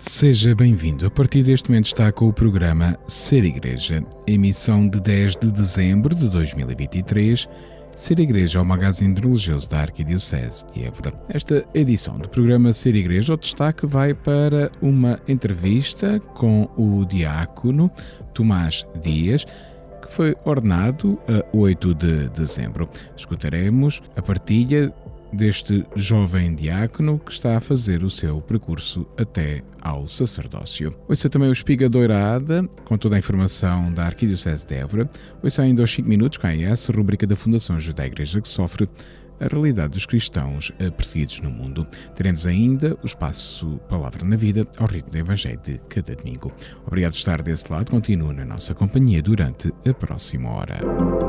Seja bem-vindo. A partir deste momento está com o programa Ser Igreja, emissão de 10 de dezembro de 2023. Ser Igreja é o magazine religioso da Arquidiocese de Évora. Esta edição do programa Ser Igreja, o destaque vai para uma entrevista com o diácono Tomás Dias, que foi ordenado a 8 de dezembro. Escutaremos a partilha deste jovem diácono que está a fazer o seu percurso até ao sacerdócio. Ouça também o Espiga Dourada, com toda a informação da Arquidiocese de Évora. Ouça ainda aos 5 minutos, com a AES, rubrica da Fundação Judaica Igreja que Sofre, a realidade dos cristãos perseguidos no mundo. Teremos ainda o espaço Palavra na Vida, ao ritmo do Evangelho de cada domingo. Obrigado por estar desse lado. Continue na nossa companhia durante a próxima hora.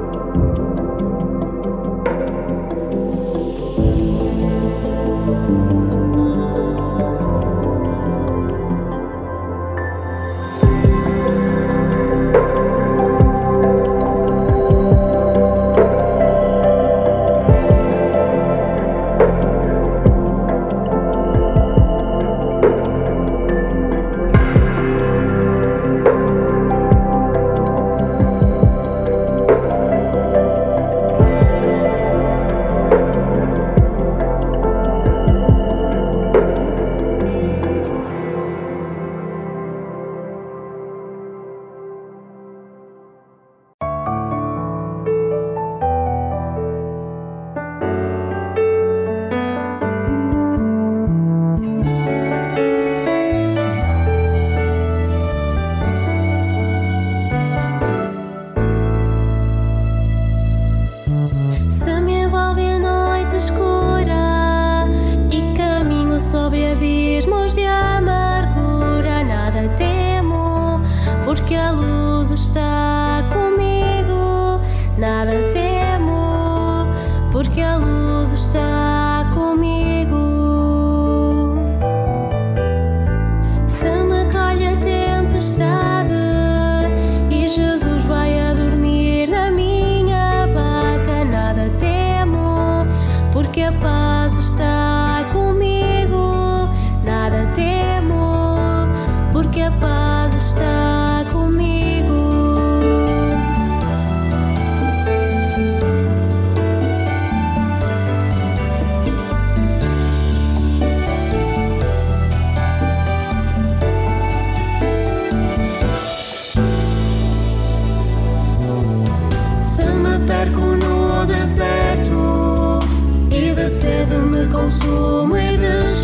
Consumo e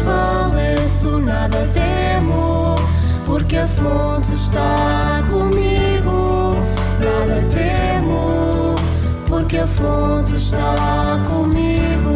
desfaleço, nada temo, porque a fonte está comigo. Nada temo, porque a fonte está comigo.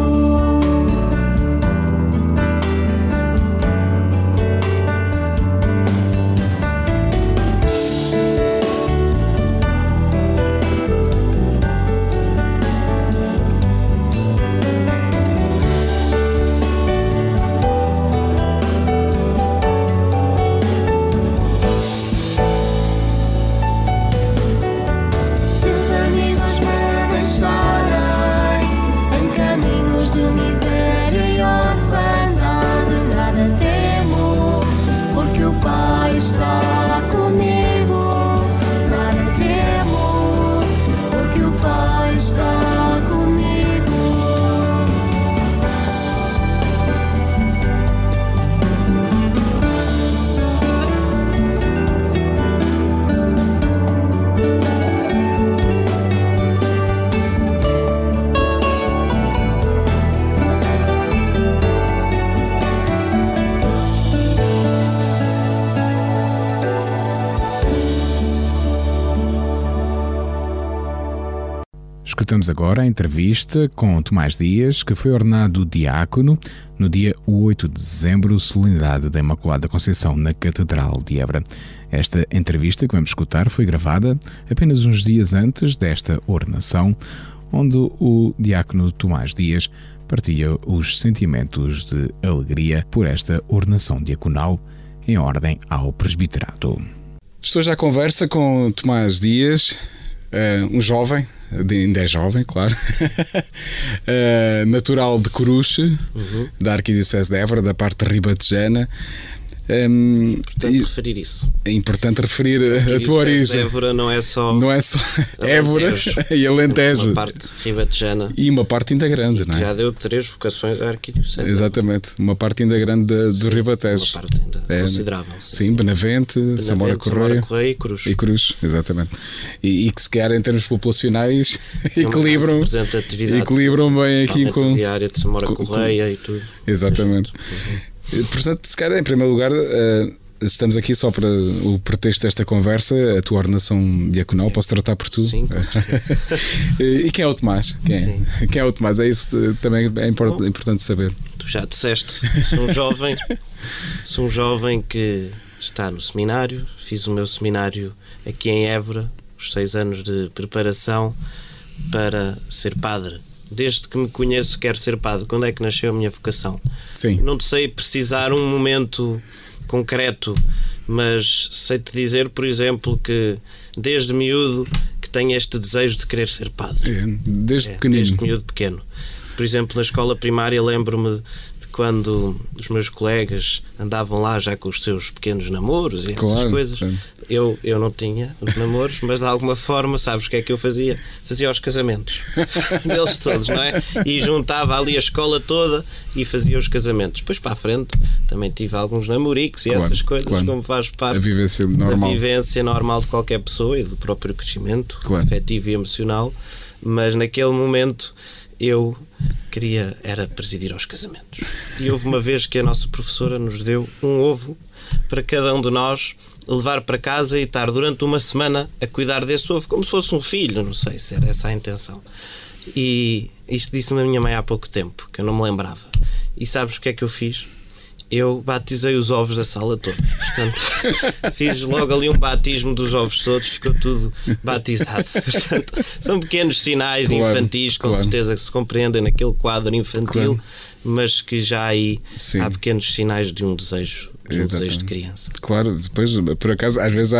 Escutamos agora a entrevista com Tomás Dias, que foi ordenado diácono no dia 8 de dezembro, solenidade da Imaculada Conceição na Catedral de Évora. Esta entrevista que vamos escutar foi gravada apenas uns dias antes desta ordenação, onde o diácono Tomás Dias partilha os sentimentos de alegria por esta ordenação diaconal em ordem ao presbiterato. Estou já à conversa com Tomás Dias, um jovem, ainda é jovem, claro, natural de Coruche, da Arquidiocese de Évora, da parte ribatejana. Importante referir isso. É importante referir a tua origem. Évora não é só Évora e Alentejo. Uma parte ribatejana. E uma parte ainda grande, não é? Já deu 3 vocações à Arquidiocese. Exatamente, uma parte ainda grande do Ribatejo. Uma parte ainda considerável. Sim, Benavente, Samora Correia e Cruz. E Cruz, exatamente. E que se calhar em termos populacionais equilibram bem aqui com a área de Samora Correia e tudo. Exatamente. Portanto, se calhar, em primeiro lugar, estamos aqui só para o pretexto desta conversa, a tua ordenação diaconal, posso tratar por tu? Sim, com certeza. E quem é o Tomás? Quem é o Tomás? É isso também é importante saber. Tu já disseste, sou um jovem que está no seminário, fiz o meu seminário aqui em Évora, os 6 anos de preparação para ser padre. Desde que me conheço quero ser padre. Quando é que nasceu a minha vocação? Sim. Não te sei precisar um momento concreto, mas sei-te dizer, por exemplo, que desde miúdo que tenho este desejo de querer ser padre. Desde pequenino. Desde miúdo pequeno. Por exemplo, na escola primária lembro-me de quando os meus colegas andavam lá já com os seus pequenos namoros e essas coisas. Claro. Eu não tinha os namoros, mas de alguma forma, sabes o que é que eu fazia? Fazia os casamentos deles todos, não é? E juntava ali a escola toda e fazia os casamentos. Depois para a frente também tive alguns namoricos e essas coisas, como faz parte da vivência normal de qualquer pessoa e do próprio crescimento afetivo e emocional. Mas naquele momento eu era presidir aos casamentos. E houve uma vez que a nossa professora nos deu um ovo para cada um de nós levar para casa e estar durante uma semana a cuidar desse ovo como se fosse um filho, não sei se era essa a intenção. E isto disse-me a minha mãe há pouco tempo, que eu não me lembrava. E sabes o que é que eu fiz? Eu batizei os ovos da sala toda. Portanto, fiz logo ali um batismo dos ovos todos, ficou tudo batizado. Portanto, são pequenos sinais infantis, com certeza que se compreendem naquele quadro infantil, mas que já aí há pequenos sinais de um desejo. Desejo de criança. Claro, depois, por acaso, às vezes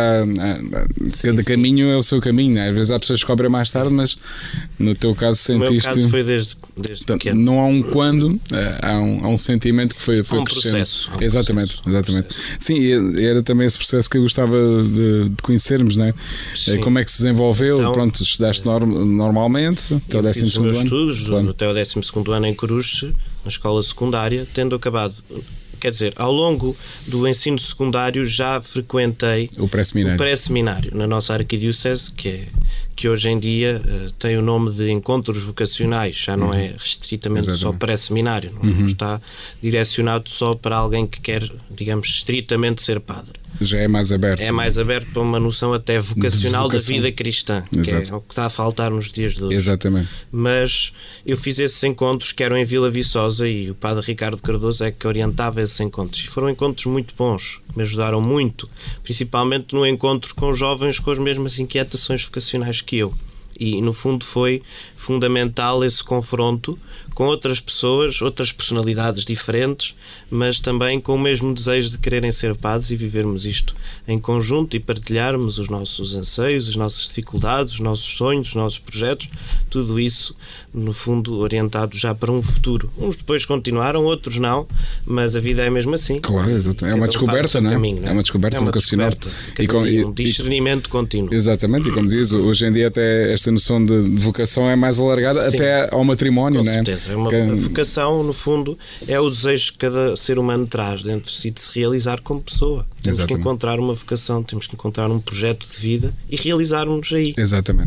cada caminho é o seu caminho, né? Às vezes há pessoas que descobrem mais tarde, mas no teu caso sentiste. No meu caso foi desde pequeno. Não há um quando, há um sentimento que foi crescendo. Processo. Exatamente. Sim, e era também esse processo que eu gostava de conhecermos, né? Como é que se desenvolveu? Então, pronto, estudaste normalmente até o 12º ano. Estudos até o 12º ano em Cruz, na escola secundária, tendo acabado. Quer dizer, ao longo do ensino secundário já frequentei o pré-seminário na nossa Arquidiocese, que hoje em dia tem o nome de Encontros Vocacionais, já não é restritamente só pré-seminário, não está direcionado só para alguém que quer, digamos, estritamente ser padre. Já é mais aberto. É mais aberto para uma noção até vocacional da vida cristã, que é o que está a faltar nos dias de hoje. Exatamente. Mas eu fiz esses encontros que eram em Vila Viçosa e o padre Ricardo Cardoso é que orientava esses encontros. E foram encontros muito bons, que me ajudaram muito, principalmente no encontro com jovens com as mesmas inquietações vocacionais que eu. E no fundo foi fundamental esse confronto com outras pessoas, outras personalidades diferentes, mas também com o mesmo desejo de quererem ser padres e vivermos isto em conjunto e partilharmos os nossos anseios, as nossas dificuldades, os nossos sonhos, os nossos projetos, tudo isso no fundo orientado já para um futuro. Uns depois continuaram, outros não, mas a vida é mesmo assim. Claro, exatamente. É uma descoberta, não é? É uma descoberta vocacional e um discernimento contínuo. Exatamente, e como diz, hoje em dia até esta noção de vocação é mais alargada. Sim, até ao matrimónio, com não é? Certeza. A vocação, no fundo, é o desejo que cada ser humano traz dentro de si de se realizar como pessoa. Temos que encontrar uma vocação, temos que encontrar um projeto de vida e realizarmos aí. Exatamente.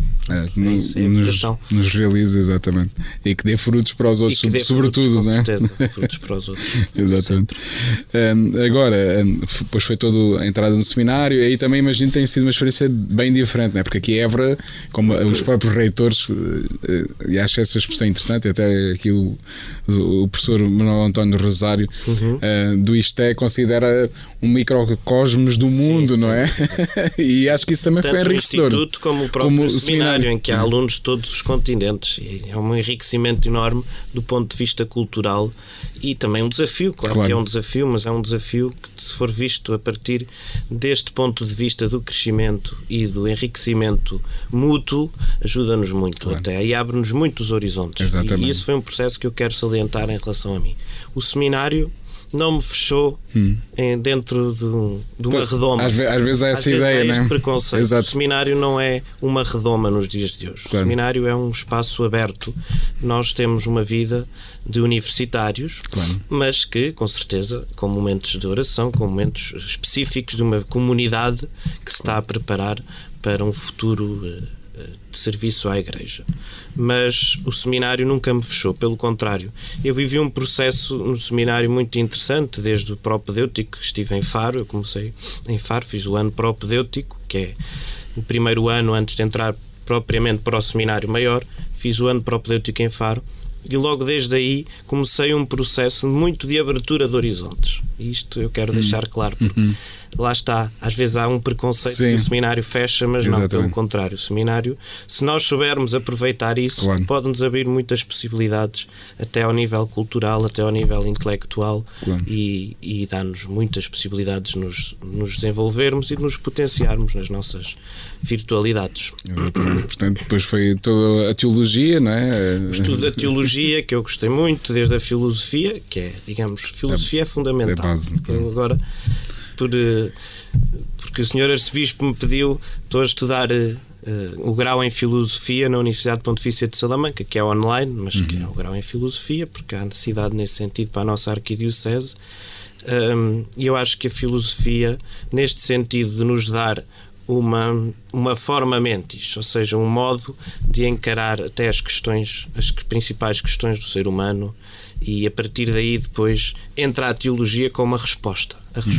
Nos realiza, exatamente. E que dê frutos para os outros, sobretudo, não é? Com certeza, frutos para os outros. Exatamente. Agora, depois foi toda a entrada no seminário, aí também imagino que tem sido uma experiência bem diferente, não é? Porque aqui Évora, como os próprios reitores, e acho essa expressão interessante, até aqui o professor Manuel António Rosário do ISTE considera um microcosmos do mundo, não é? E acho que isso também foi enriquecedor. Tanto o Instituto como o próprio seminário, em que há alunos de todos os continentes. E é um enriquecimento enorme do ponto de vista cultural e também um desafio, claro que é um desafio, mas é um desafio que, se for visto a partir deste ponto de vista do crescimento e do enriquecimento mútuo, ajuda-nos muito até, e abre-nos muitos horizontes. Exatamente. E esse foi um processo que eu quero salientar em relação a mim. O seminário não me fechou dentro de uma redoma. Às vezes há essa ideia, não é? Preconceito. Exato. O seminário não é uma redoma nos dias de hoje. Claro. O seminário é um espaço aberto. Nós temos uma vida de universitários, claro, mas que, com certeza, com momentos de oração, com momentos específicos de uma comunidade que se está a preparar para um futuro de serviço à Igreja. Mas o seminário nunca me fechou, pelo contrário. Eu vivi um processo no seminário muito interessante, desde o propedêutico, que estive em Faro. Eu comecei em Faro, fiz o ano propedêutico, que é o primeiro ano antes de entrar propriamente para o seminário maior. Fiz o ano propedêutico em Faro e logo desde aí comecei um processo muito de abertura de horizontes. E isto eu quero deixar claro, porque lá está, às vezes há um preconceito que o seminário fecha, mas não, pelo contrário. O seminário, se nós soubermos aproveitar isso, claro, pode-nos abrir muitas possibilidades, até ao nível cultural, até ao nível intelectual, claro, e dá-nos muitas possibilidades de nos desenvolvermos e de nos potenciarmos nas nossas virtualidades. Exatamente. Portanto, depois foi toda a teologia, não é? O estudo da teologia, que eu gostei muito, desde a filosofia, que é, digamos, filosofia é fundamental. É base, claro. Eu agora, porque o Sr. Arcebispo me pediu, estou a estudar o grau em filosofia na Universidade de Pontifícia de Salamanca, que é online, mas que é o grau em filosofia, porque há necessidade nesse sentido para a nossa arquidiocese. E eu acho que a filosofia, neste sentido de nos dar uma forma mentis, ou seja, um modo de encarar até as principais questões do ser humano, e a partir daí depois entra a teologia como a resposta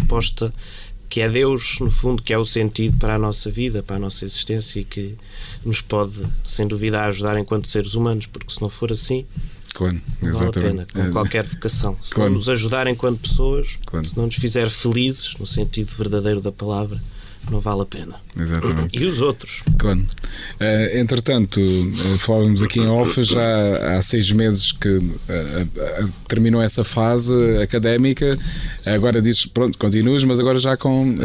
que é Deus, no fundo, que é o sentido para a nossa vida, para a nossa existência, e que nos pode, sem dúvida, ajudar enquanto seres humanos, porque se não for assim, claro, não vale a pena, com qualquer vocação. Se claro, não nos ajudar enquanto pessoas, claro, se não nos fizer felizes, no sentido verdadeiro da palavra, não vale a pena. Exatamente. E os outros. Claro. Entretanto, falávamos aqui em off, já há 6 meses que terminou essa fase académica. Agora dizes, pronto, continuas, mas agora já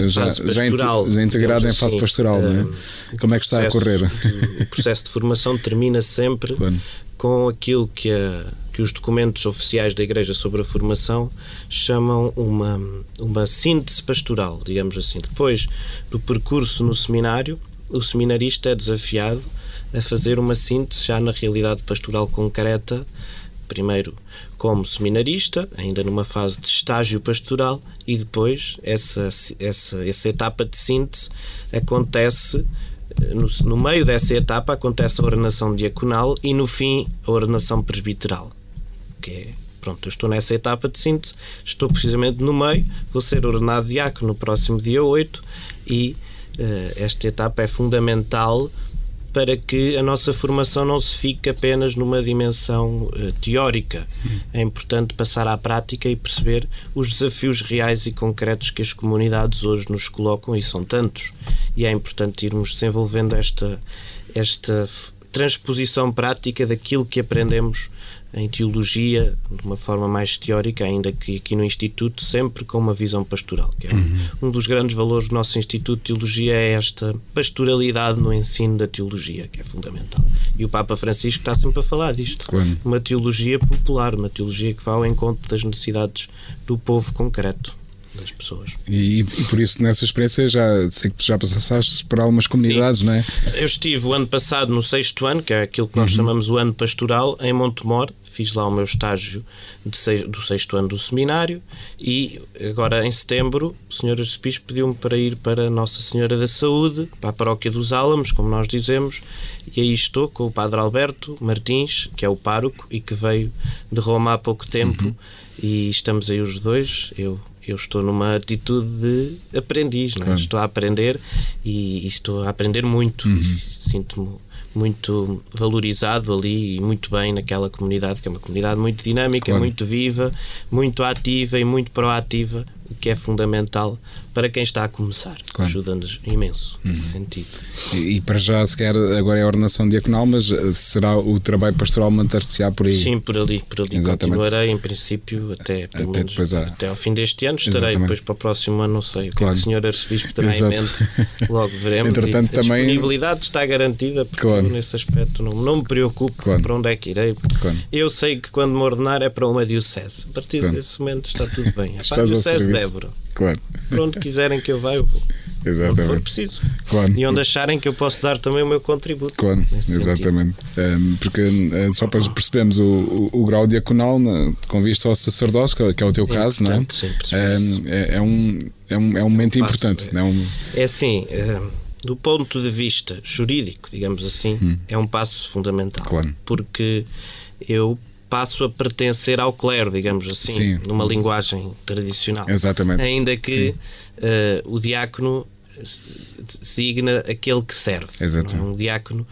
já integrado em fase pastoral, não é? Como é que está a correr? O processo de formação termina sempre, claro, com aquilo que os documentos oficiais da Igreja sobre a formação chamam uma síntese pastoral, digamos assim. Depois do percurso no seminário, o seminarista é desafiado a fazer uma síntese já na realidade pastoral concreta, primeiro como seminarista, ainda numa fase de estágio pastoral, e depois essa etapa de síntese acontece. No meio dessa etapa acontece a ordenação diaconal e no fim a ordenação presbiteral, que é, pronto, eu estou nessa etapa de síntese, estou precisamente no meio, vou ser ordenado diácono no próximo dia 8 e esta etapa é fundamental para que a nossa formação não se fique apenas numa dimensão teórica. É importante passar à prática e perceber os desafios reais e concretos que as comunidades hoje nos colocam, e são tantos, e é importante irmos desenvolvendo esta transposição prática daquilo que aprendemos em teologia de uma forma mais teórica, ainda que aqui no Instituto sempre com uma visão pastoral, que é um dos grandes valores do nosso Instituto de Teologia, é esta pastoralidade no ensino da teologia, que é fundamental. E o Papa Francisco está sempre a falar disto. Claro. Uma teologia popular, uma teologia que vá ao encontro das necessidades do povo concreto, das pessoas. E por isso, nessa experiência, sei que já passaste por algumas comunidades, sim, não é? Eu estive o ano passado no 6º ano, que é aquilo que nós chamamos o ano pastoral, em Montemor. Fiz lá o meu estágio do 6º ano do seminário, e agora em setembro o Sr. Arcebispo pediu-me para ir para Nossa Senhora da Saúde, para a Paróquia dos Álamos, como nós dizemos, e aí estou com o Padre Alberto Martins, que é o pároco e que veio de Roma há pouco tempo, e estamos aí os dois. Eu estou numa atitude de aprendiz, não é? Claro. Estou a aprender e estou a aprender muito. Sinto-me muito valorizado ali e muito bem naquela comunidade, que é uma comunidade muito dinâmica, claro, muito viva, muito ativa e muito proativa o que é fundamental para quem está a começar. Claro. Ajuda-nos imenso nesse sentido. E para já, se calhar, agora é a ordenação diaconal, mas será o trabalho pastoral manter-se-á por aí? Sim, por ali. Continuarei, em princípio, até ao fim deste ano. Estarei depois para o próximo ano, não sei o que é que o Sr. Arcebispo terá em mente. Logo veremos. Entretanto, a disponibilidade está garantida, porque eu, nesse aspecto não me preocupo para onde é que irei. Eu sei que quando me ordenar é para uma diocese. A partir desse momento está tudo bem. É para a diocese de Évora. Claro. Para onde quiserem que eu vá, eu vou. Exatamente. Onde for preciso. Claro. E onde acharem que eu posso dar também o meu contributo. Claro, exatamente. Porque só para percebermos o grau diaconal, com vista ao sacerdócio, que é o teu caso, não é? Sim, é um momento importante. É assim, do ponto de vista jurídico, digamos assim, é um passo fundamental. Claro. Porque eu passo a pertencer ao clero, digamos assim, Sim. numa linguagem tradicional. Exatamente. Ainda que o diácono designa aquele que serve. Exatamente. Um diácono,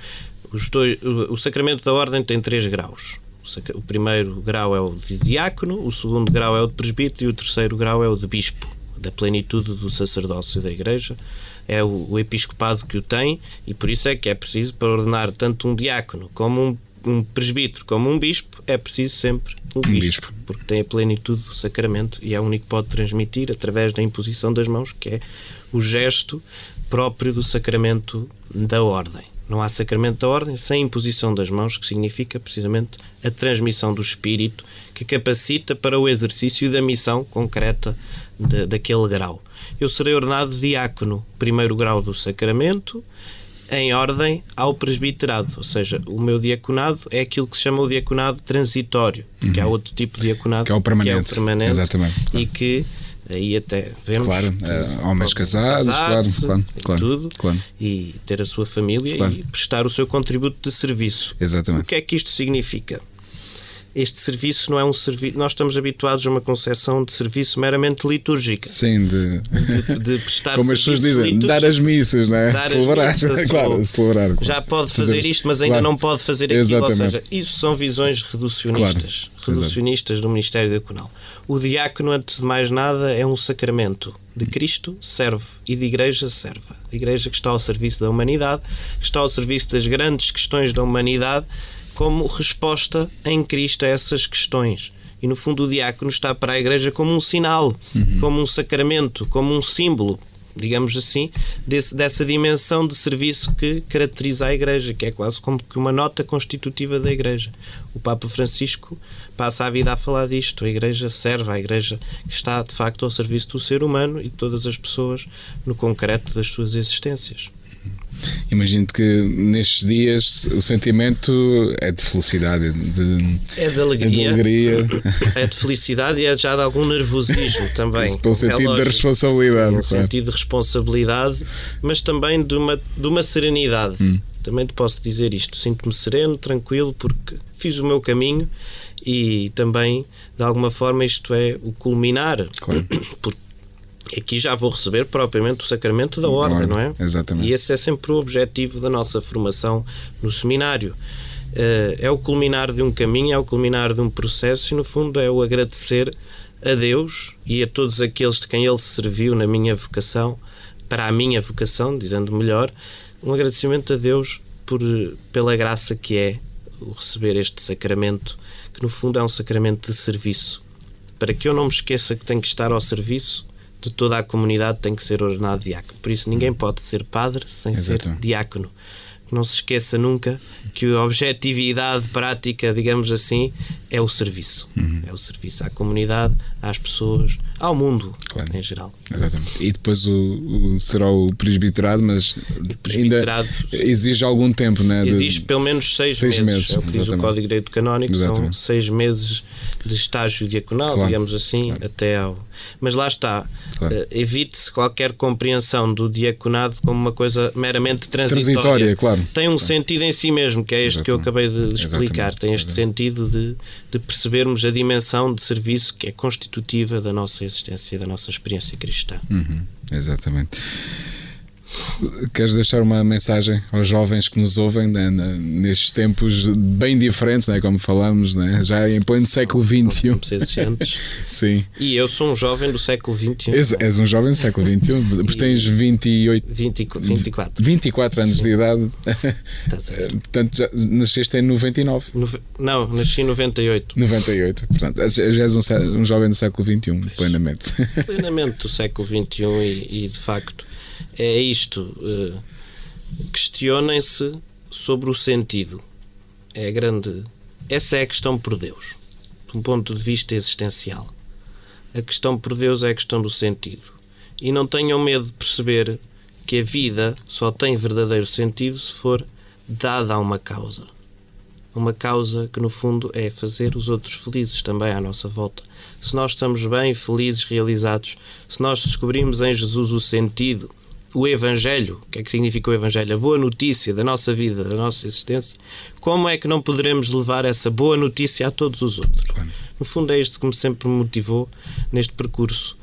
o sacramento da ordem tem 3 graus. O primeiro grau é o de diácono, o segundo grau é o de presbítero e o terceiro grau é o de bispo, da plenitude do sacerdócio da Igreja. É o episcopado que o tem, e por isso é que é preciso, para ordenar tanto um diácono como um presbítero como um bispo, é preciso sempre um bispo, porque tem a plenitude do sacramento e é o único que pode transmitir através da imposição das mãos, que é o gesto próprio do sacramento da ordem. Não há sacramento da ordem sem imposição das mãos, que significa precisamente a transmissão do Espírito, que capacita para o exercício da missão concreta daquele grau. Eu serei ordenado diácono, primeiro grau do sacramento, em ordem ao presbiterado, ou seja, o meu diaconado é aquilo que se chama o diaconado transitório, porque há outro tipo de diaconado que é o permanente, exatamente, e que aí até vemos homens casados, tudo, e ter a sua família e prestar o seu contributo de serviço. Exatamente. O que é que isto significa? Este serviço não é um serviço. Nós estamos habituados a uma concepção de serviço meramente litúrgica. Sim, de prestar como as pessoas dizem, dar as missas, não é? Celebrar. Celebrar. Já pode fazer isto, mas ainda não pode fazer aquilo. Exatamente. Ou seja, isso são visões reducionistas do Ministério Diaconal. O diácono, antes de mais nada, é um sacramento de Cristo, serve, e de Igreja serve. A Igreja que está ao serviço da humanidade, que está ao serviço das grandes questões da humanidade, como resposta em Cristo a essas questões. E no fundo o diácono está para a Igreja como um sinal, como um sacramento, como um símbolo, digamos assim, dessa dimensão de serviço que caracteriza a Igreja, que é quase como que uma nota constitutiva da Igreja. O Papa Francisco passa a vida a falar disto. A Igreja serve, a Igreja que está de facto ao serviço do ser humano e de todas as pessoas no concreto das suas existências. Imagino que nestes dias o sentimento é de felicidade, é de alegria, é de felicidade e é já de algum nervosismo também. Pelo sentido da responsabilidade. Sim, sentido de responsabilidade, mas também de uma serenidade. Também te posso dizer isto, sinto-me sereno, tranquilo, porque fiz o meu caminho e também, de alguma forma, isto é o culminar. Claro. Porque aqui já vou receber propriamente o sacramento da ordem, não é? Exatamente. E esse é sempre o objetivo da nossa formação no seminário. É o culminar de um caminho, é o culminar de um processo e, no fundo, é o agradecer a Deus e a todos aqueles de quem Ele se serviu na minha vocação, para a minha vocação, dizendo melhor, um agradecimento a Deus pela graça que é o receber este sacramento, que, no fundo, é um sacramento de serviço. Para que eu não me esqueça que tenho que estar ao serviço de toda a comunidade, tem que ser ordenado diácono. Por isso ninguém pode ser padre sem ser diácono. Não se esqueça nunca que a objetividade prática, digamos assim, é o serviço. É o serviço à comunidade, às pessoas, ao mundo, em geral. Exatamente. E depois será o presbiterado, mas ainda exige algum tempo, não é? Exige pelo menos 6 meses. É o que diz o Código de Direito Canónico. São 6 meses de estágio diaconal, digamos assim, até ao... Mas lá está. Evite-se qualquer compreensão do diaconado como uma coisa meramente transitória. Tem um sentido em si mesmo, que é este que eu acabei de explicar. Tem este sentido de percebermos a dimensão de serviço que é constitutiva da nossa existência e da nossa experiência cristã. Exatamente. queres deixar uma mensagem aos jovens que nos ouvem, né, nestes tempos bem diferentes, né, como falamos, né, já em pleno século XXI? Sim. E eu sou um jovem do século XXI. És um jovem do século XXI, porque tens 24 anos de idade. Portanto, já nasceste em 99. Não, nasci em 98. 98, portanto, já és um jovem do século XXI, plenamente. Plenamente do século XXI e de facto é isto. Questionem-se sobre o sentido. Essa é a questão por Deus, de um ponto de vista existencial. A questão por Deus é a questão do sentido. E não tenham medo de perceber que a vida só tem verdadeiro sentido se for dada a uma causa. Uma causa que, no fundo, é fazer os outros felizes também à nossa volta. Se nós estamos bem, felizes, realizados, se nós descobrimos em Jesus o sentido, o Evangelho, o que é que significa o Evangelho? A boa notícia da nossa vida, da nossa existência, como é que não poderemos levar essa boa notícia a todos os outros? Claro. No fundo é isto que me sempre motivou neste percurso.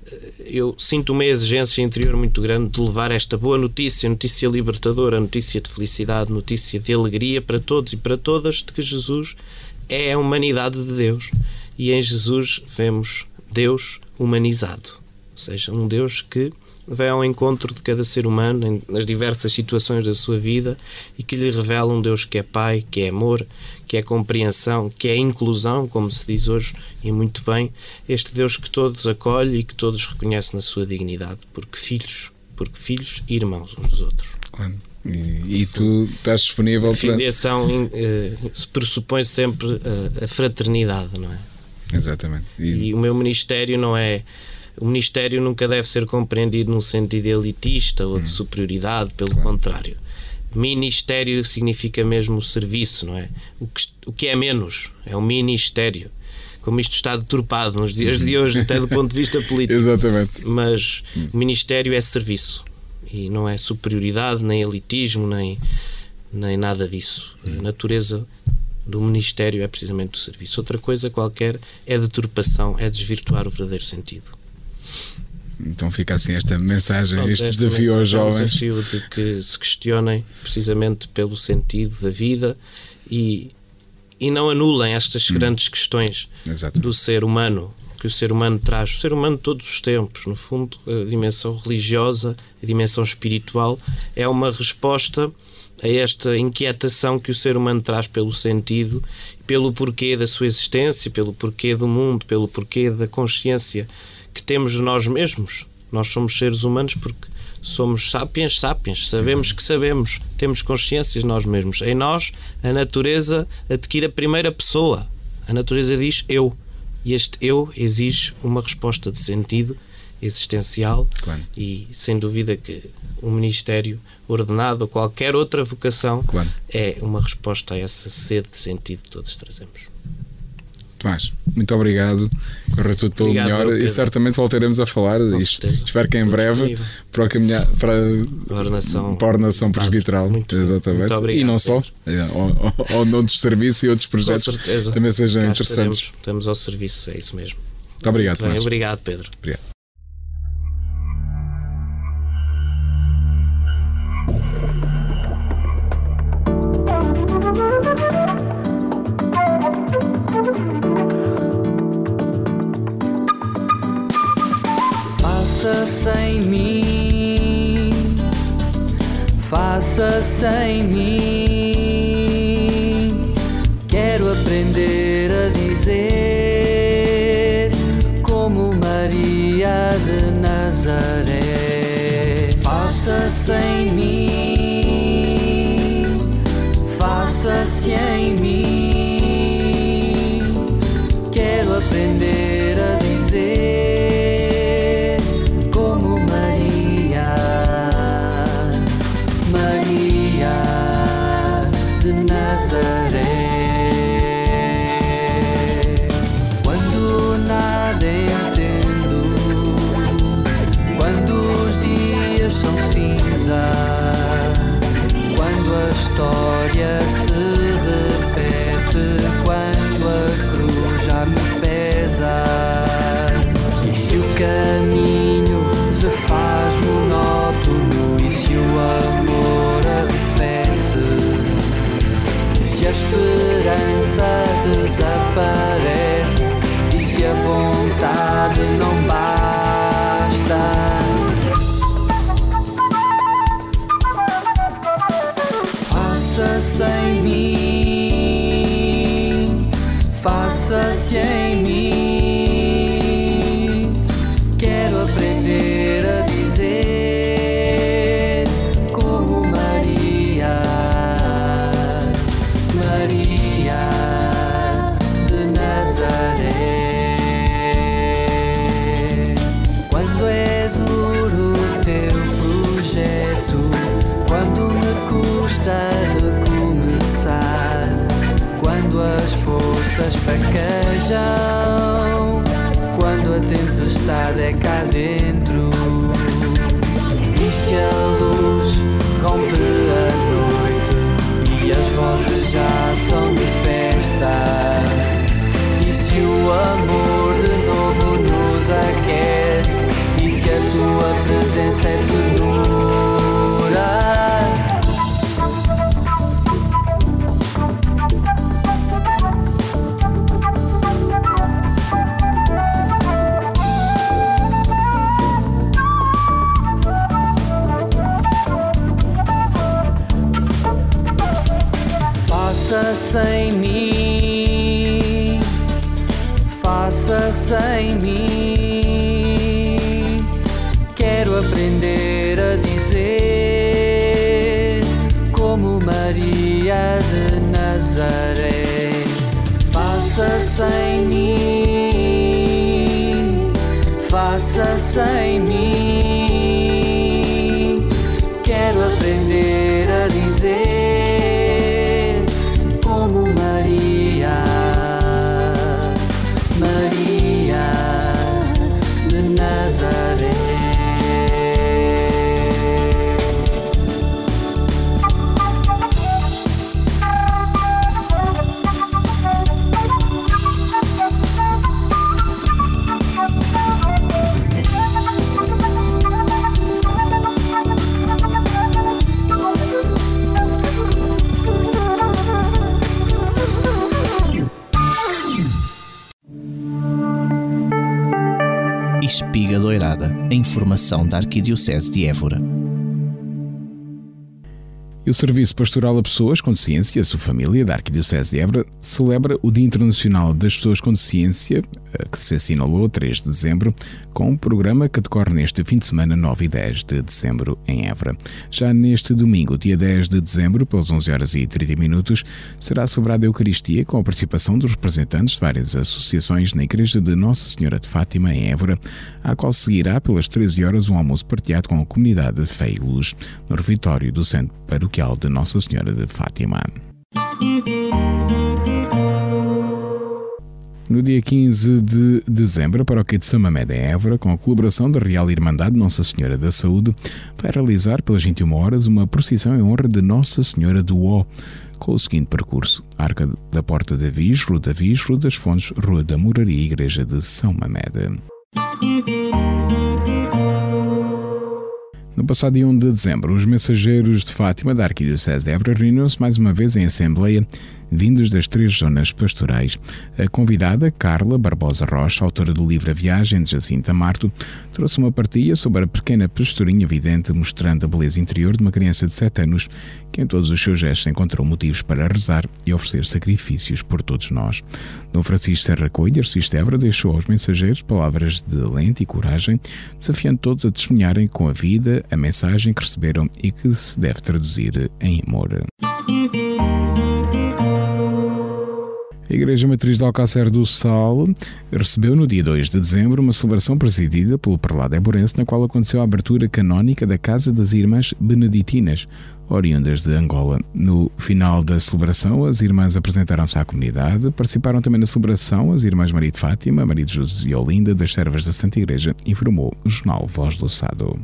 Eu sinto uma exigência interior muito grande de levar esta boa notícia, notícia libertadora, notícia de felicidade, notícia de alegria para todos e para todas, de que Jesus é a humanidade de Deus. E em Jesus vemos Deus humanizado, ou seja, um Deus que vai ao encontro de cada ser humano nas diversas situações da sua vida e que lhe revela um Deus que é Pai, que é amor, que é compreensão, que é inclusão, como se diz hoje, e muito bem, este Deus que todos acolhe e que todos reconhece na sua dignidade, porque filhos e irmãos uns dos outros. Claro. E tu estás disponível para... A filiação pressupõe sempre a fraternidade, não é? Exatamente. E o meu ministério não é... O ministério nunca deve ser compreendido num sentido elitista ou de superioridade, pelo contrário. Ministério significa mesmo o serviço, não é? O que é menos é o ministério. Como isto está deturpado nos dias de hoje, até do ponto de vista político. Exatamente. Mas o ministério é serviço. E não é superioridade, nem elitismo, nem nada disso. A natureza do ministério é precisamente o serviço. Outra coisa qualquer é deturpação, é desvirtuar o verdadeiro sentido. Então fica assim esta mensagem, este desafio aos jovens. O desafio de que se questionem precisamente pelo sentido da vida e não anulem estas grandes questões do ser humano, que o ser humano traz. O ser humano de todos os tempos, no fundo, a dimensão religiosa, a dimensão espiritual, é uma resposta a esta inquietação que o ser humano traz pelo sentido, pelo porquê da sua existência, pelo porquê do mundo, pelo porquê da consciência que temos de nós mesmos. Nós somos seres humanos porque somos sapiens, sabemos que sabemos, temos consciência de nós mesmos. Em nós, a natureza adquire a primeira pessoa. A natureza diz eu. E este eu exige uma resposta de sentido existencial. Claro. E sem dúvida que um ministério ordenado ou qualquer outra vocação é uma resposta a essa sede de sentido que todos trazemos. Tomás, muito obrigado. Corra tudo pelo melhor e certamente voltaremos a falar disto. Espero que em breve para a ordenação presbiteral. Exatamente. Obrigado, e não só, ou noutros serviços e outros projetos também sejam interessantes. Estamos ao serviço, é isso mesmo. Muito obrigado, Tomás. Obrigado, Pedro. Obrigado. Sem mim, faça sem mim. Quero aprender a dizer como Maria de Nazaré. Faça sem mim, faça-se em mim. Quero aprender a dizer de Nazaré. a tempestade é cá dentro. E se a luz rompe a noite e as vozes já são de festa, e se o amor de novo nos aquece, e se a tua presença é ternura. Faça sem mim, faça sem mim. Quero aprender a dizer como Maria de Nazaré. Faça sem mim, faça sem mim. Quero aprender a dizer como Maria, Maria de Nazaré. Espiga Doirada, a informação da Arquidiocese de Évora. E o Serviço Pastoral a Pessoas com Deficiência e a sua família da Arquidiocese de Évora celebra o Dia Internacional das Pessoas com Deficiência, que se assinalou a 3 de dezembro, com um programa que decorre neste fim de semana 9 e 10 de dezembro em Évora. Já neste domingo, dia 10 de dezembro, pelas 11h30, será celebrada a Eucaristia com a participação dos representantes de várias associações na Igreja de Nossa Senhora de Fátima em Évora, à qual seguirá pelas 13 horas um almoço partilhado com a comunidade de Fé e Luz, no refeitório do Centro Paroquial de Nossa Senhora de Fátima. No dia 15 de dezembro, a Paróquia de São Mamede em Évora, com a colaboração da Real Irmandade Nossa Senhora da Saúde, vai realizar pelas 21 horas uma procissão em honra de Nossa Senhora do Ó, com o seguinte percurso: Arca da Porta da Viz, Rua das Fontes, Rua da Moraria, Igreja de São Mamede. No passado dia 1 de dezembro, os mensageiros de Fátima da Arquidiocese de Évora reuniram-se mais uma vez em assembleia, vindos das 3 zonas pastorais. A convidada, Carla Barbosa Rocha, autora do livro A Viagem de Jacinta Marto, trouxe uma partilha sobre a pequena pastorinha vidente, mostrando a beleza interior de uma criança de 7 anos que em todos os seus gestos encontrou motivos para rezar e oferecer sacrifícios por todos nós. Dom Francisco Serra Coelho, arcebispo de Évora, deixou aos mensageiros palavras de alento e coragem, desafiando todos a testemunharem com a vida a mensagem que receberam e que se deve traduzir em amor. A Igreja Matriz de Alcácer do Sal recebeu no dia 2 de dezembro uma celebração presidida pelo prelado éborense, na qual aconteceu a abertura canónica da Casa das Irmãs Beneditinas, oriundas de Angola. No final da celebração, as irmãs apresentaram-se à comunidade. Participaram também na celebração as irmãs Maria de Fátima, Maria de Jesus e Olinda, das Servas da Santa Igreja, informou o jornal Voz do Sado.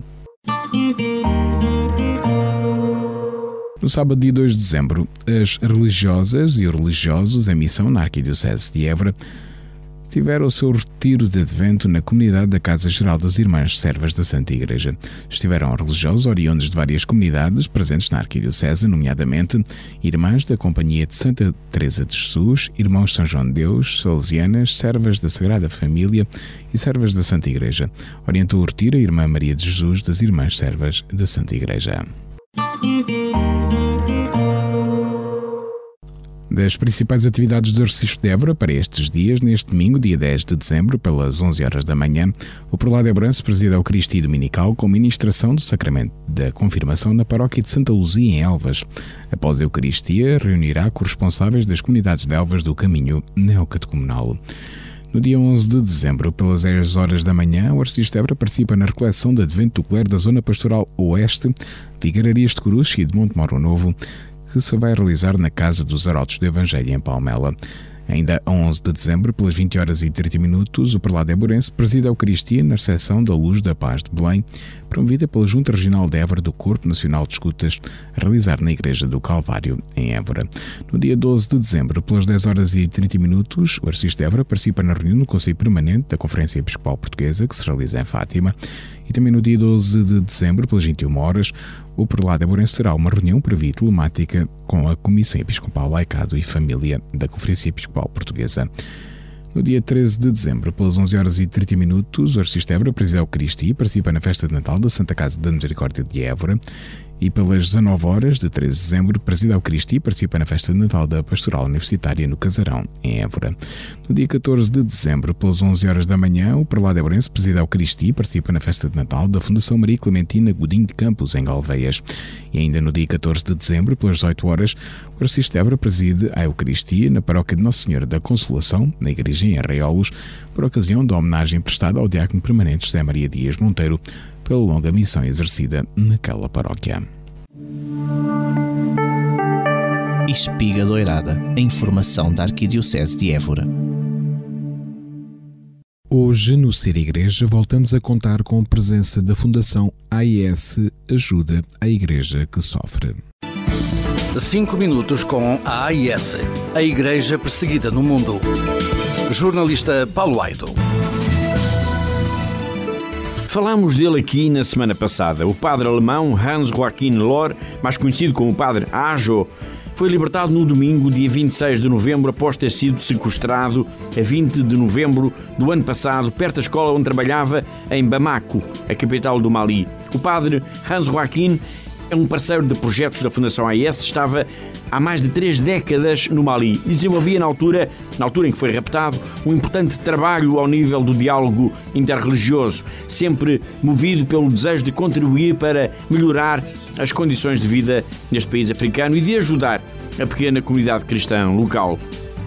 No sábado, dia 2 de dezembro, as religiosas e os religiosos em missão na Arquidiocese de Évora tiveram o seu retiro de advento na comunidade da Casa Geral das Irmãs Servas da Santa Igreja. Estiveram religiosos oriundos de várias comunidades presentes na Arquidiocese, nomeadamente irmãs da Companhia de Santa Teresa de Jesus, irmãos de São João de Deus, salesianas, servas da Sagrada Família e servas da Santa Igreja. Orientou o retiro a irmã Maria de Jesus das Irmãs Servas da Santa Igreja. Das principais atividades do Arcebispo de Évora para estes dias, neste domingo, dia 10 de dezembro, pelas 11 horas da manhã, o prelado évrense preside a Eucaristia Dominical com ministração do Sacramento da Confirmação na Paróquia de Santa Luzia, em Elvas. Após a Eucaristia, reunirá corresponsáveis das comunidades de Elvas do Caminho Neocatecumenal. No dia 11 de dezembro, pelas 10 horas da manhã, o Arcebispo de Évora participa na recoleção de advento do clero da Zona Pastoral Oeste, Vigararias de Coruche e de Montemoro Novo, que se vai realizar na Casa dos Arautos do Evangelho em Palmela. Ainda a 11 de dezembro, pelas 20h30, o prelado évorense preside a Eucaristia na recepção da Luz da Paz de Belém, promovida pela Junta Regional de Évora do Corpo Nacional de Escutas, a realizar na Igreja do Calvário, em Évora. No dia 12 de dezembro, pelas 10h30, o arcebispo de Évora participa na reunião do Conselho Permanente da Conferência Episcopal Portuguesa, que se realiza em Fátima. E também no dia 12 de dezembro, pelas 21h, o prelado évorense terá uma reunião por via telemática com a Comissão Episcopal Laicado e Família da Conferência Episcopal Portuguesa. No dia 13 de dezembro, pelas 11h30, o arcebispo de Évora preside a Eucaristia e participa na festa de Natal da Santa Casa da Misericórdia de Évora. E pelas 19h de 13 de dezembro, preside a Eucaristia e participa na festa de Natal da Pastoral Universitária no Casarão, em Évora. No dia 14 de dezembro, pelas 11h da manhã, o prelado évorense preside a Eucaristia e participa na festa de Natal da Fundação Maria Clementina Godinho de Campos, em Galveias. E ainda no dia 14 de dezembro, pelas 18h, o arcebispo de Évora preside a Eucaristia na paróquia de Nossa Senhora da Consolação, na igreja em Arraiolos, por ocasião da homenagem prestada ao diácono permanente José Maria Dias Monteiro, pela longa missão exercida naquela paróquia. Espiga Doirada, a informação da Arquidiocese de Évora. Hoje, no Ser Igreja, voltamos a contar com a presença da Fundação AIS Ajuda a Igreja que Sofre. 5 minutos com a AIS, a Igreja Perseguida no Mundo. Jornalista Paulo Aido. Falámos dele aqui na semana passada. O padre alemão Hans Joachim Lohr, mais conhecido como o padre Ajo, foi libertado no domingo, dia 26 de novembro, após ter sido sequestrado a 20 de novembro do ano passado, perto da escola onde trabalhava, em Bamako, a capital do Mali. O padre Hans Joachim é um parceiro de projetos da Fundação AIS, estava há mais de 3 décadas no Mali e desenvolvia na altura em que foi raptado, um importante trabalho ao nível do diálogo interreligioso, sempre movido pelo desejo de contribuir para melhorar as condições de vida neste país africano e de ajudar a pequena comunidade cristã local.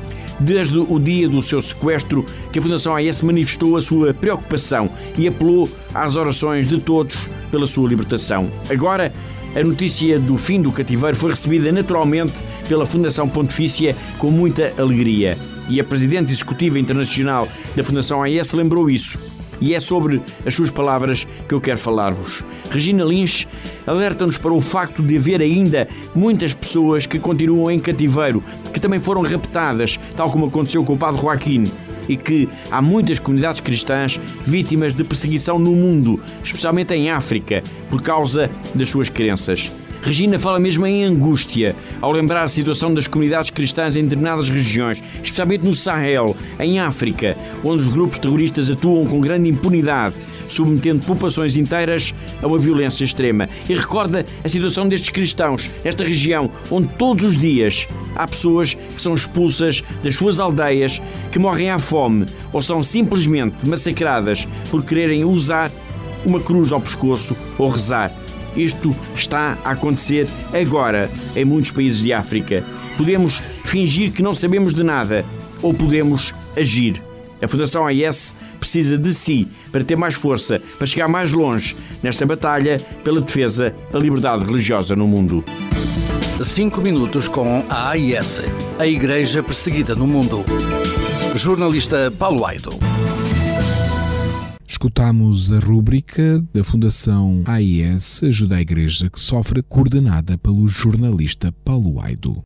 Desde o dia do seu sequestro, que a Fundação AIS manifestou a sua preocupação e apelou às orações de todos pela sua libertação. Agora, a notícia do fim do cativeiro foi recebida naturalmente pela Fundação Pontifícia com muita alegria. E a Presidente Executiva Internacional da Fundação AIS lembrou isso. E é sobre as suas palavras que eu quero falar-vos. Regina Lynch alerta-nos para o facto de haver ainda muitas pessoas que continuam em cativeiro, que também foram raptadas, tal como aconteceu com o Padre Joaquim, e que há muitas comunidades cristãs vítimas de perseguição no mundo, especialmente em África, por causa das suas crenças. Regina fala mesmo em angústia ao lembrar a situação das comunidades cristãs em determinadas regiões, especialmente no Sahel, em África, onde os grupos terroristas atuam com grande impunidade, submetendo populações inteiras a uma violência extrema. E recorda a situação destes cristãos nesta região, onde todos os dias há pessoas que são expulsas das suas aldeias, que morrem à fome ou são simplesmente massacradas por quererem usar uma cruz ao pescoço ou rezar. Isto está a acontecer agora em muitos países de África. Podemos fingir que não sabemos de nada ou podemos agir. A Fundação AIS precisa de si para ter mais força, para chegar mais longe nesta batalha pela defesa da liberdade religiosa no mundo. 5 minutos com a AIS, a Igreja Perseguida no Mundo. Jornalista Paulo Aido. Escutamos a rúbrica da Fundação AIS Ajuda a Igreja que Sofre, coordenada pelo jornalista Paulo Aido.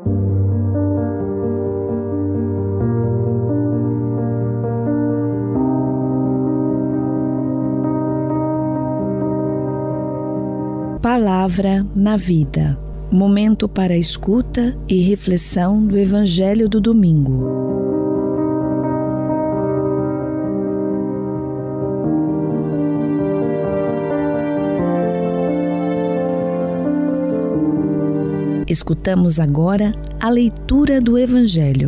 Palavra na Vida. Momento para escuta e reflexão do Evangelho do domingo. Escutamos agora a leitura do Evangelho.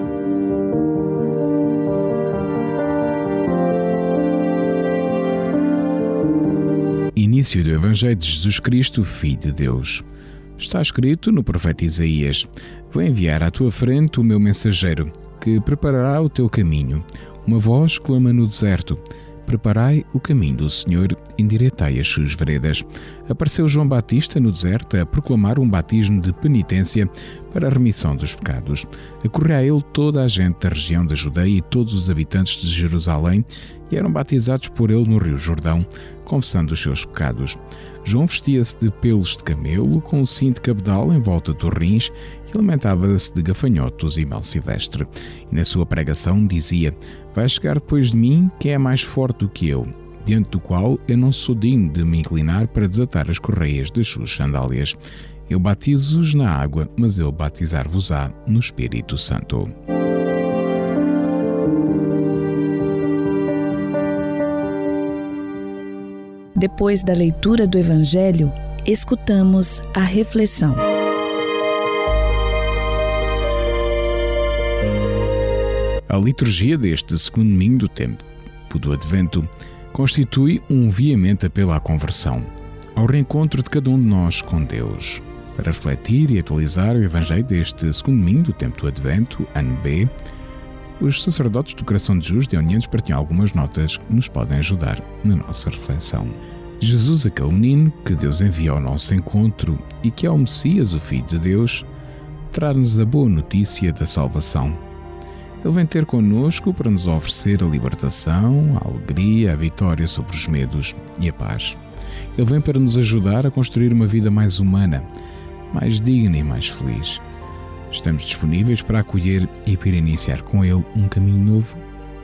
Início do Evangelho de Jesus Cristo, Filho de Deus. Está escrito no profeta Isaías: Vou enviar à tua frente o meu mensageiro, que preparará o teu caminho. Uma voz clama no deserto: Preparai o caminho do Senhor, endireitai as suas veredas. Apareceu João Batista no deserto a proclamar um batismo de penitência para a remissão dos pecados. Acorreu a ele toda a gente da região da Judeia e todos os habitantes de Jerusalém e eram batizados por ele no rio Jordão, confessando os seus pecados. João vestia-se de pelos de camelo, com um cinto de cabedal em volta dos rins e alimentava-se de gafanhotos e mel silvestre. E na sua pregação dizia: vai chegar depois de mim quem é mais forte do que eu, diante do qual eu não sou digno de me inclinar para desatar as correias das suas sandálias. Eu batizo-os na água, mas ele batizar-vos-á no Espírito Santo. Depois da leitura do Evangelho, escutamos a reflexão. A liturgia deste segundo domingo do tempo do Advento constitui um veemente apelo à conversão, ao reencontro de cada um de nós com Deus. Para refletir e atualizar o Evangelho deste segundo domingo do tempo do Advento, ano B, os sacerdotes do Coração de Jesus de Unientes partilham algumas notas que nos podem ajudar na nossa reflexão. Jesus, aquele menino que Deus envia ao nosso encontro e que é o Messias, o Filho de Deus, traz-nos a boa notícia da salvação. Ele vem ter connosco para nos oferecer a libertação, a alegria, a vitória sobre os medos e a paz. Ele vem para nos ajudar a construir uma vida mais humana, mais digna e mais feliz. Estamos disponíveis para acolher e para iniciar com ele um caminho novo?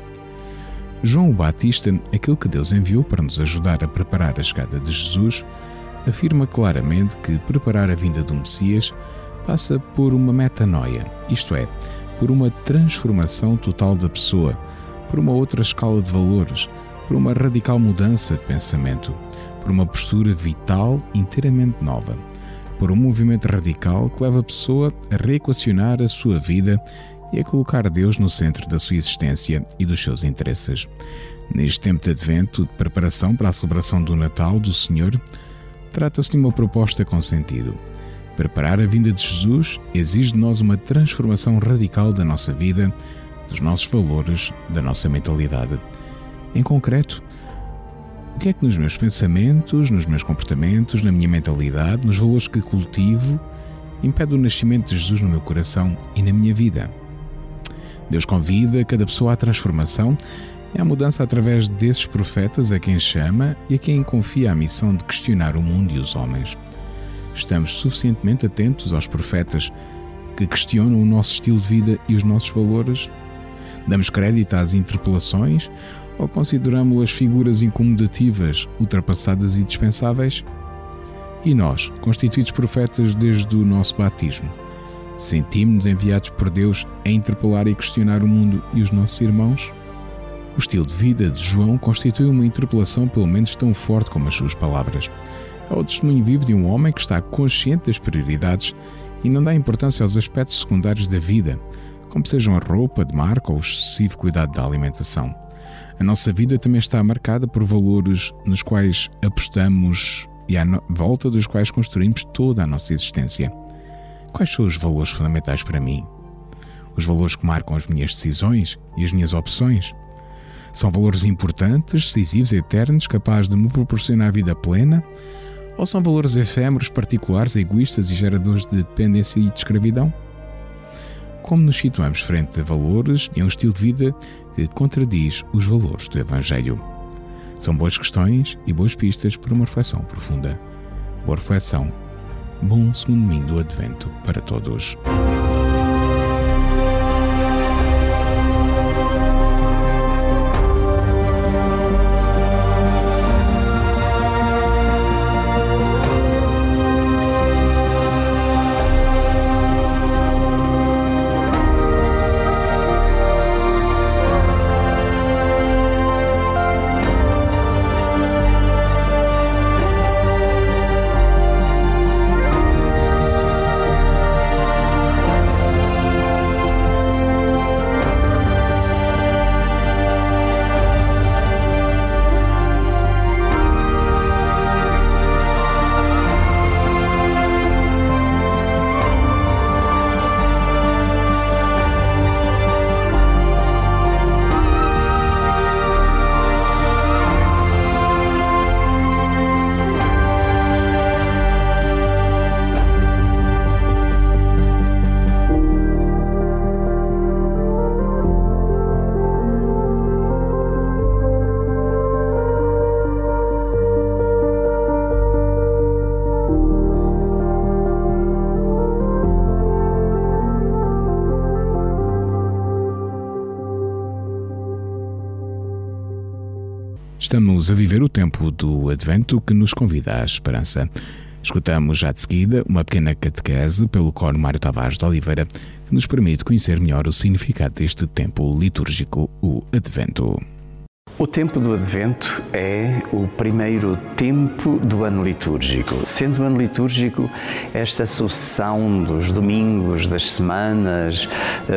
João o Batista, aquele que Deus enviou para nos ajudar a preparar a chegada de Jesus, afirma claramente que preparar a vinda do Messias passa por uma metanoia, isto é, por uma transformação total da pessoa, por uma outra escala de valores, por uma radical mudança de pensamento, por uma postura vital inteiramente nova, por um movimento radical que leva a pessoa a reequacionar a sua vida e a colocar Deus no centro da sua existência e dos seus interesses. Neste tempo de Advento, de preparação para a celebração do Natal do Senhor, trata-se de uma proposta com sentido. Preparar a vinda de Jesus exige de nós uma transformação radical da nossa vida, dos nossos valores, da nossa mentalidade. Em concreto, o que é que nos meus pensamentos, nos meus comportamentos, na minha mentalidade, nos valores que cultivo, impede o nascimento de Jesus no meu coração e na minha vida? Deus convida cada pessoa à transformação e à mudança através desses profetas a quem chama e a quem confia a missão de questionar o mundo e os homens. Estamos suficientemente atentos aos profetas que questionam o nosso estilo de vida e os nossos valores? Damos crédito às interpelações ou consideramos-las figuras incomodativas, ultrapassadas e dispensáveis? E nós, constituídos profetas desde o nosso batismo, sentimos-nos enviados por Deus a interpelar e questionar o mundo e os nossos irmãos? O estilo de vida de João constitui uma interpelação pelo menos tão forte como as suas palavras. É o testemunho vivo de um homem que está consciente das prioridades e não dá importância aos aspectos secundários da vida, como sejam a roupa de marca ou o excessivo cuidado da alimentação. A nossa vida também está marcada por valores nos quais apostamos e à volta dos quais construímos toda a nossa existência. Quais são os valores fundamentais para mim? Os valores que marcam as minhas decisões e as minhas opções? São valores importantes, decisivos e eternos, capazes de me proporcionar a vida plena? Ou são valores efêmeros, particulares, egoístas e geradores de dependência e de escravidão? Como nos situamos frente a valores e a um estilo de vida que contradiz os valores do Evangelho? São boas questões e boas pistas para uma reflexão profunda. Boa reflexão. Bom segundo domingo do Advento para todos. Estamos a viver o tempo do Advento que nos convida à esperança. Escutamos já de seguida uma pequena catequese pelo coro Mário Tavares de Oliveira, que nos permite conhecer melhor o significado deste tempo litúrgico, o Advento. O tempo do Advento é o primeiro tempo do ano litúrgico. Sendo o ano litúrgico esta sucessão dos domingos, das semanas,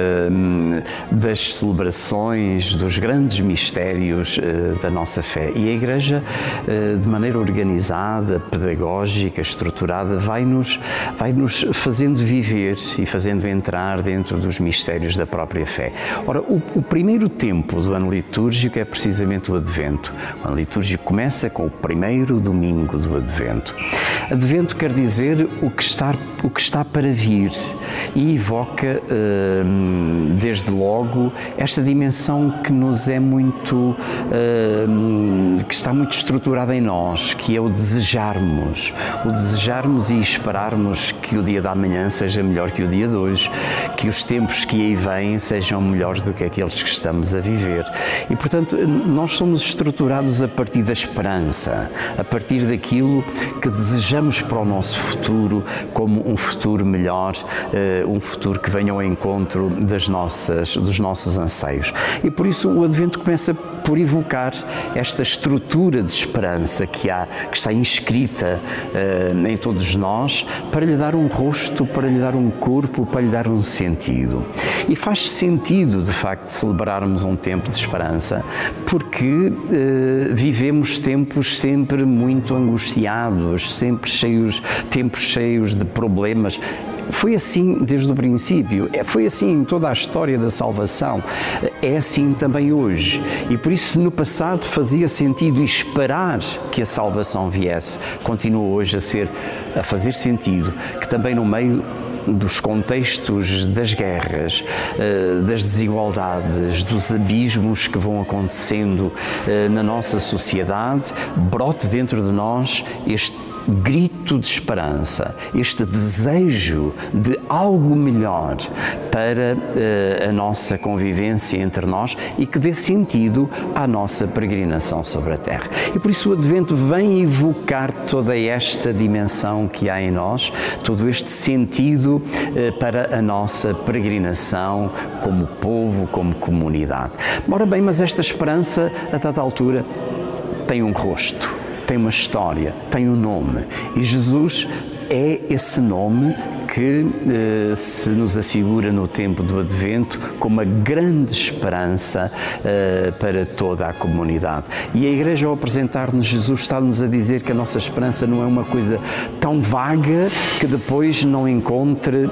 das celebrações, dos grandes mistérios da nossa fé. E a Igreja, de maneira organizada, pedagógica, estruturada, vai-nos fazendo viver e fazendo entrar dentro dos mistérios da própria fé. Ora, o primeiro tempo do ano litúrgico é precisamente o Advento. O ano litúrgico começa com o primeiro domingo do Advento. Advento quer dizer o que está para vir e evoca, desde logo, esta dimensão que nos é muito, que está muito estruturada em nós, que é o desejarmos e esperarmos que o dia da manhã seja melhor que o dia de hoje, que os tempos que aí vêm sejam melhores do que aqueles que estamos a viver. E, portanto, nós somos estruturados a partir da esperança, a partir daquilo que desejamos para o nosso futuro, como um futuro melhor, um futuro que venha ao encontro dos nossos anseios. E por isso o Advento começa por evocar esta estrutura de esperança que está inscrita em todos nós, para lhe dar um rosto, para lhe dar um corpo, para lhe dar um sentido. E faz sentido, de facto, celebrarmos um tempo de esperança, porque vivemos tempos sempre muito angustiados, tempos cheios de problemas. Foi assim desde o princípio, foi assim em toda a história da salvação, é assim também hoje. E por isso, no passado fazia sentido esperar que a salvação viesse, continua hoje a fazer sentido, que também no meio dos contextos das guerras, das desigualdades, dos abismos que vão acontecendo na nossa sociedade, brote dentro de nós este grito de esperança, este desejo de algo melhor para a nossa convivência entre nós e que dê sentido à nossa peregrinação sobre a Terra. E por isso o Advento vem evocar toda esta dimensão que há em nós, todo este sentido para a nossa peregrinação como povo, como comunidade. Ora bem, mas esta esperança, a dada altura, tem um rosto, tem uma história, tem um nome, e Jesus é esse nome que se nos afigura no tempo do Advento como uma grande esperança para toda a comunidade. E a Igreja, ao apresentar-nos Jesus, está-nos a dizer que a nossa esperança não é uma coisa tão vaga que depois não encontre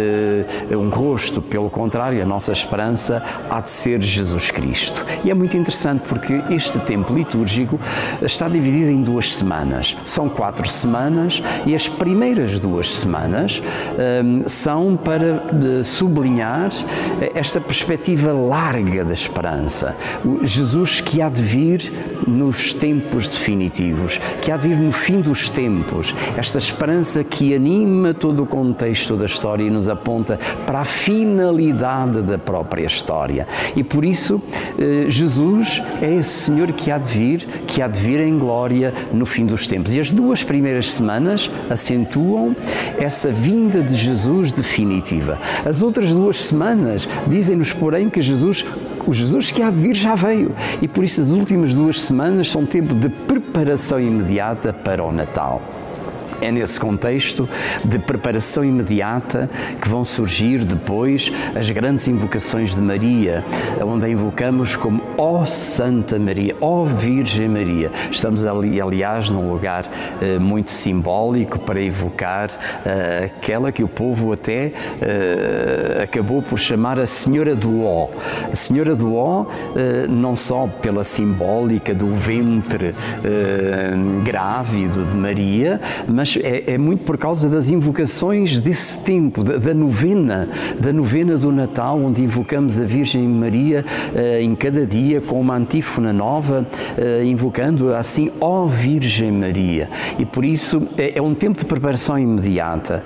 um rosto. Pelo contrário, a nossa esperança há de ser Jesus Cristo. E é muito interessante porque este tempo litúrgico está dividido em 2 semanas. São 4 semanas e as primeiras 2 semanas são para sublinhar esta perspectiva larga da esperança. O Jesus que há de vir nos tempos definitivos, que há de vir no fim dos tempos, esta esperança que anima todo o contexto da história e nos aponta para a finalidade da própria história. E por isso Jesus é esse Senhor que há de vir em glória no fim dos tempos. E as 2 primeiras semanas acentuam essa vinda de Jesus definitiva. As outras 2 semanas dizem-nos, porém, que o Jesus que há de vir já veio. E por isso as últimas 2 semanas são tempo de preparação imediata para o Natal. É nesse contexto de preparação imediata que vão surgir depois as grandes invocações de Maria, onde a invocamos como ó Santa Maria, ó Virgem Maria. Estamos ali, aliás, num lugar muito simbólico para evocar aquela que o povo até acabou por chamar a Senhora do Ó. A Senhora do Ó, não só pela simbólica do ventre grávido de Maria, mas mas é muito por causa das invocações desse tempo, da novena do Natal, onde invocamos a Virgem Maria em cada dia com uma antífona nova, invocando assim, ó Virgem Maria. E por isso é um tempo de preparação imediata.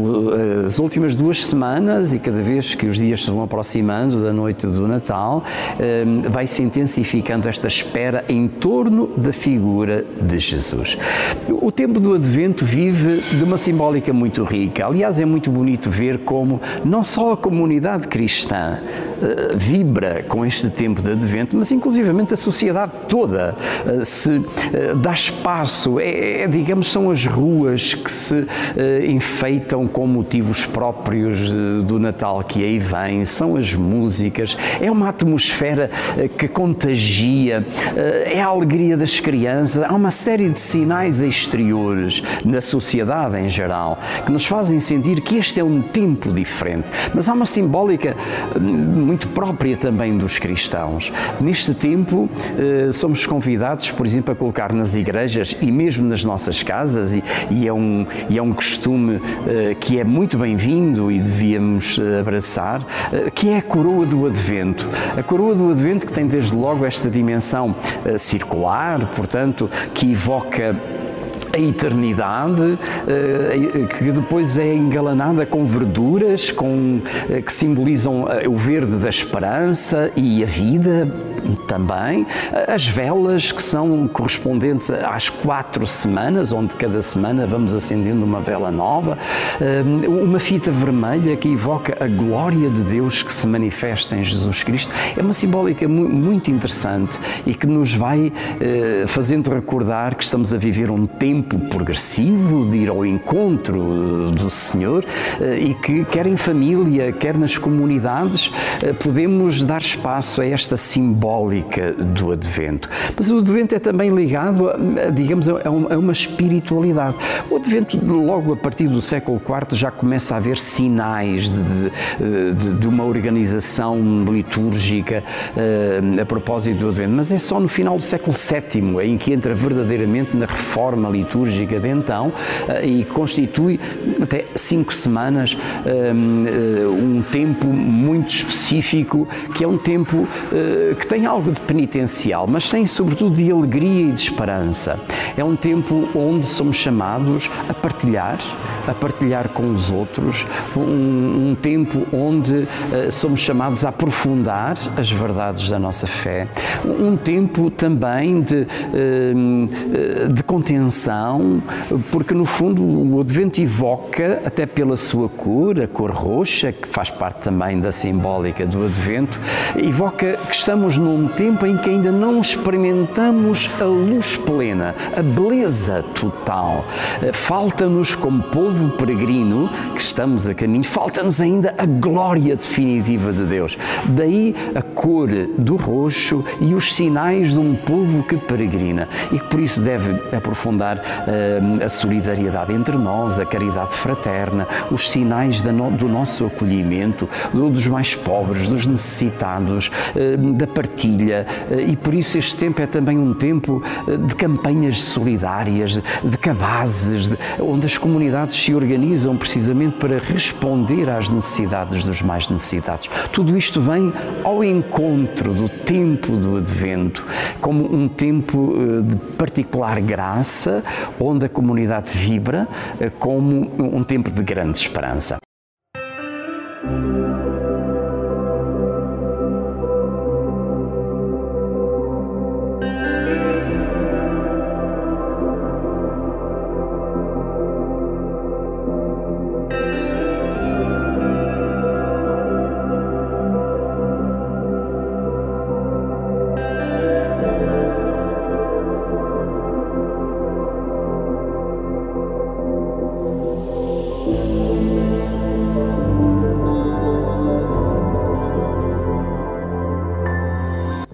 As últimas 2 semanas, e cada vez que os dias se vão aproximando da noite do Natal, vai-se intensificando esta espera em torno da figura de Jesus. O tempo do Advento vive de uma simbólica muito rica. Aliás, é muito bonito ver como não só a comunidade cristã vibra com este tempo de Advento, mas inclusivamente a sociedade toda se dá espaço. Digamos, são as ruas que se enfeitam com motivos próprios do Natal que aí vem, são as músicas, é uma atmosfera que contagia, é a alegria das crianças, há uma série de sinais exteriores na sociedade em geral que nos fazem sentir que este é um tempo diferente, mas há uma simbólica muito própria também dos cristãos. Neste tempo somos convidados, por exemplo, a colocar nas igrejas e mesmo nas nossas casas, e é um costume que é muito bem-vindo e devíamos abraçar, que é a coroa do Advento. A coroa do Advento que tem desde logo esta dimensão circular, portanto, que evoca a eternidade, que depois é engalanada com verduras que simbolizam o verde da esperança e a vida também. As velas, que são correspondentes às 4 semanas, onde cada semana vamos acendendo uma vela nova. Uma fita vermelha que evoca a glória de Deus que se manifesta em Jesus Cristo. É uma simbólica muito interessante e que nos vai fazendo recordar que estamos a viver um tempo progressivo de ir ao encontro do Senhor e que quer em família, quer nas comunidades, podemos dar espaço a esta simbólica do Advento. Mas o Advento é também ligado, digamos, a uma espiritualidade. O Advento, logo a partir do século IV, já começa a haver sinais de uma organização litúrgica a propósito do Advento, mas é só no final do século VII em que entra verdadeiramente na reforma litúrgica de então e constitui até 5 semanas um tempo muito específico, que é um tempo que tem algo de penitencial, mas tem sobretudo de alegria e de esperança. É um tempo onde somos chamados a partilhar com os outros, um tempo onde somos chamados a aprofundar as verdades da nossa fé, um tempo também de contenção, porque no fundo o Advento evoca, até pela sua cor, a cor roxa, que faz parte também da simbólica do Advento, evoca que estamos num tempo em que ainda não experimentamos a luz plena, a beleza total. Falta-nos, como povo peregrino que estamos a caminho, falta-nos ainda a glória definitiva de Deus. Daí a cor do roxo e os sinais de um povo que peregrina e que por isso deve aprofundar a solidariedade entre nós, a caridade fraterna, os sinais do nosso acolhimento, dos mais pobres, dos necessitados, da partilha, e por isso este tempo é também um tempo de campanhas solidárias, de cabazes, onde as comunidades se organizam precisamente para responder às necessidades dos mais necessitados. Tudo isto vem ao encontro do tempo do Advento, como um tempo de particular graça, onde a comunidade vibra como um tempo de grande esperança.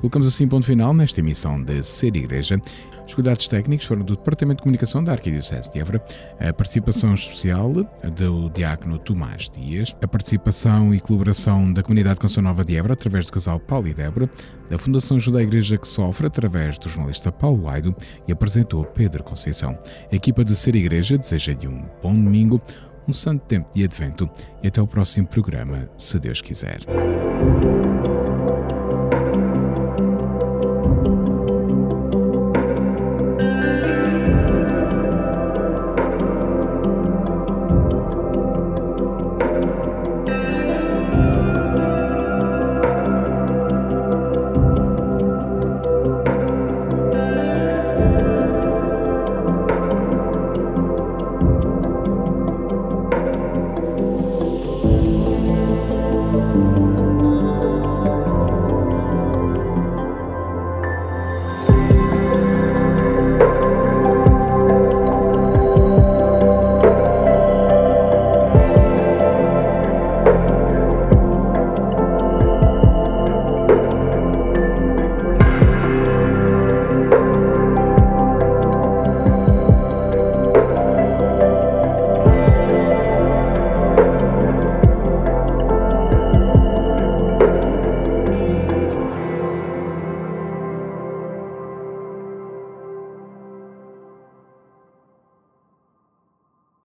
Colocamos assim ponto final nesta emissão de Ser Igreja. Os cuidados técnicos foram do Departamento de Comunicação da Arquidiocese de Évora, a participação especial do diácono Tomás Dias, a participação e colaboração da comunidade Canção Nova de Évora através do casal Paulo e Débora, da Fundação Ajuda à Igreja que Sofre através do jornalista Paulo Laido e apresentou Pedro Conceição. A equipa de Ser Igreja deseja-lhe um bom domingo, um santo tempo de Advento e até o próximo programa, se Deus quiser.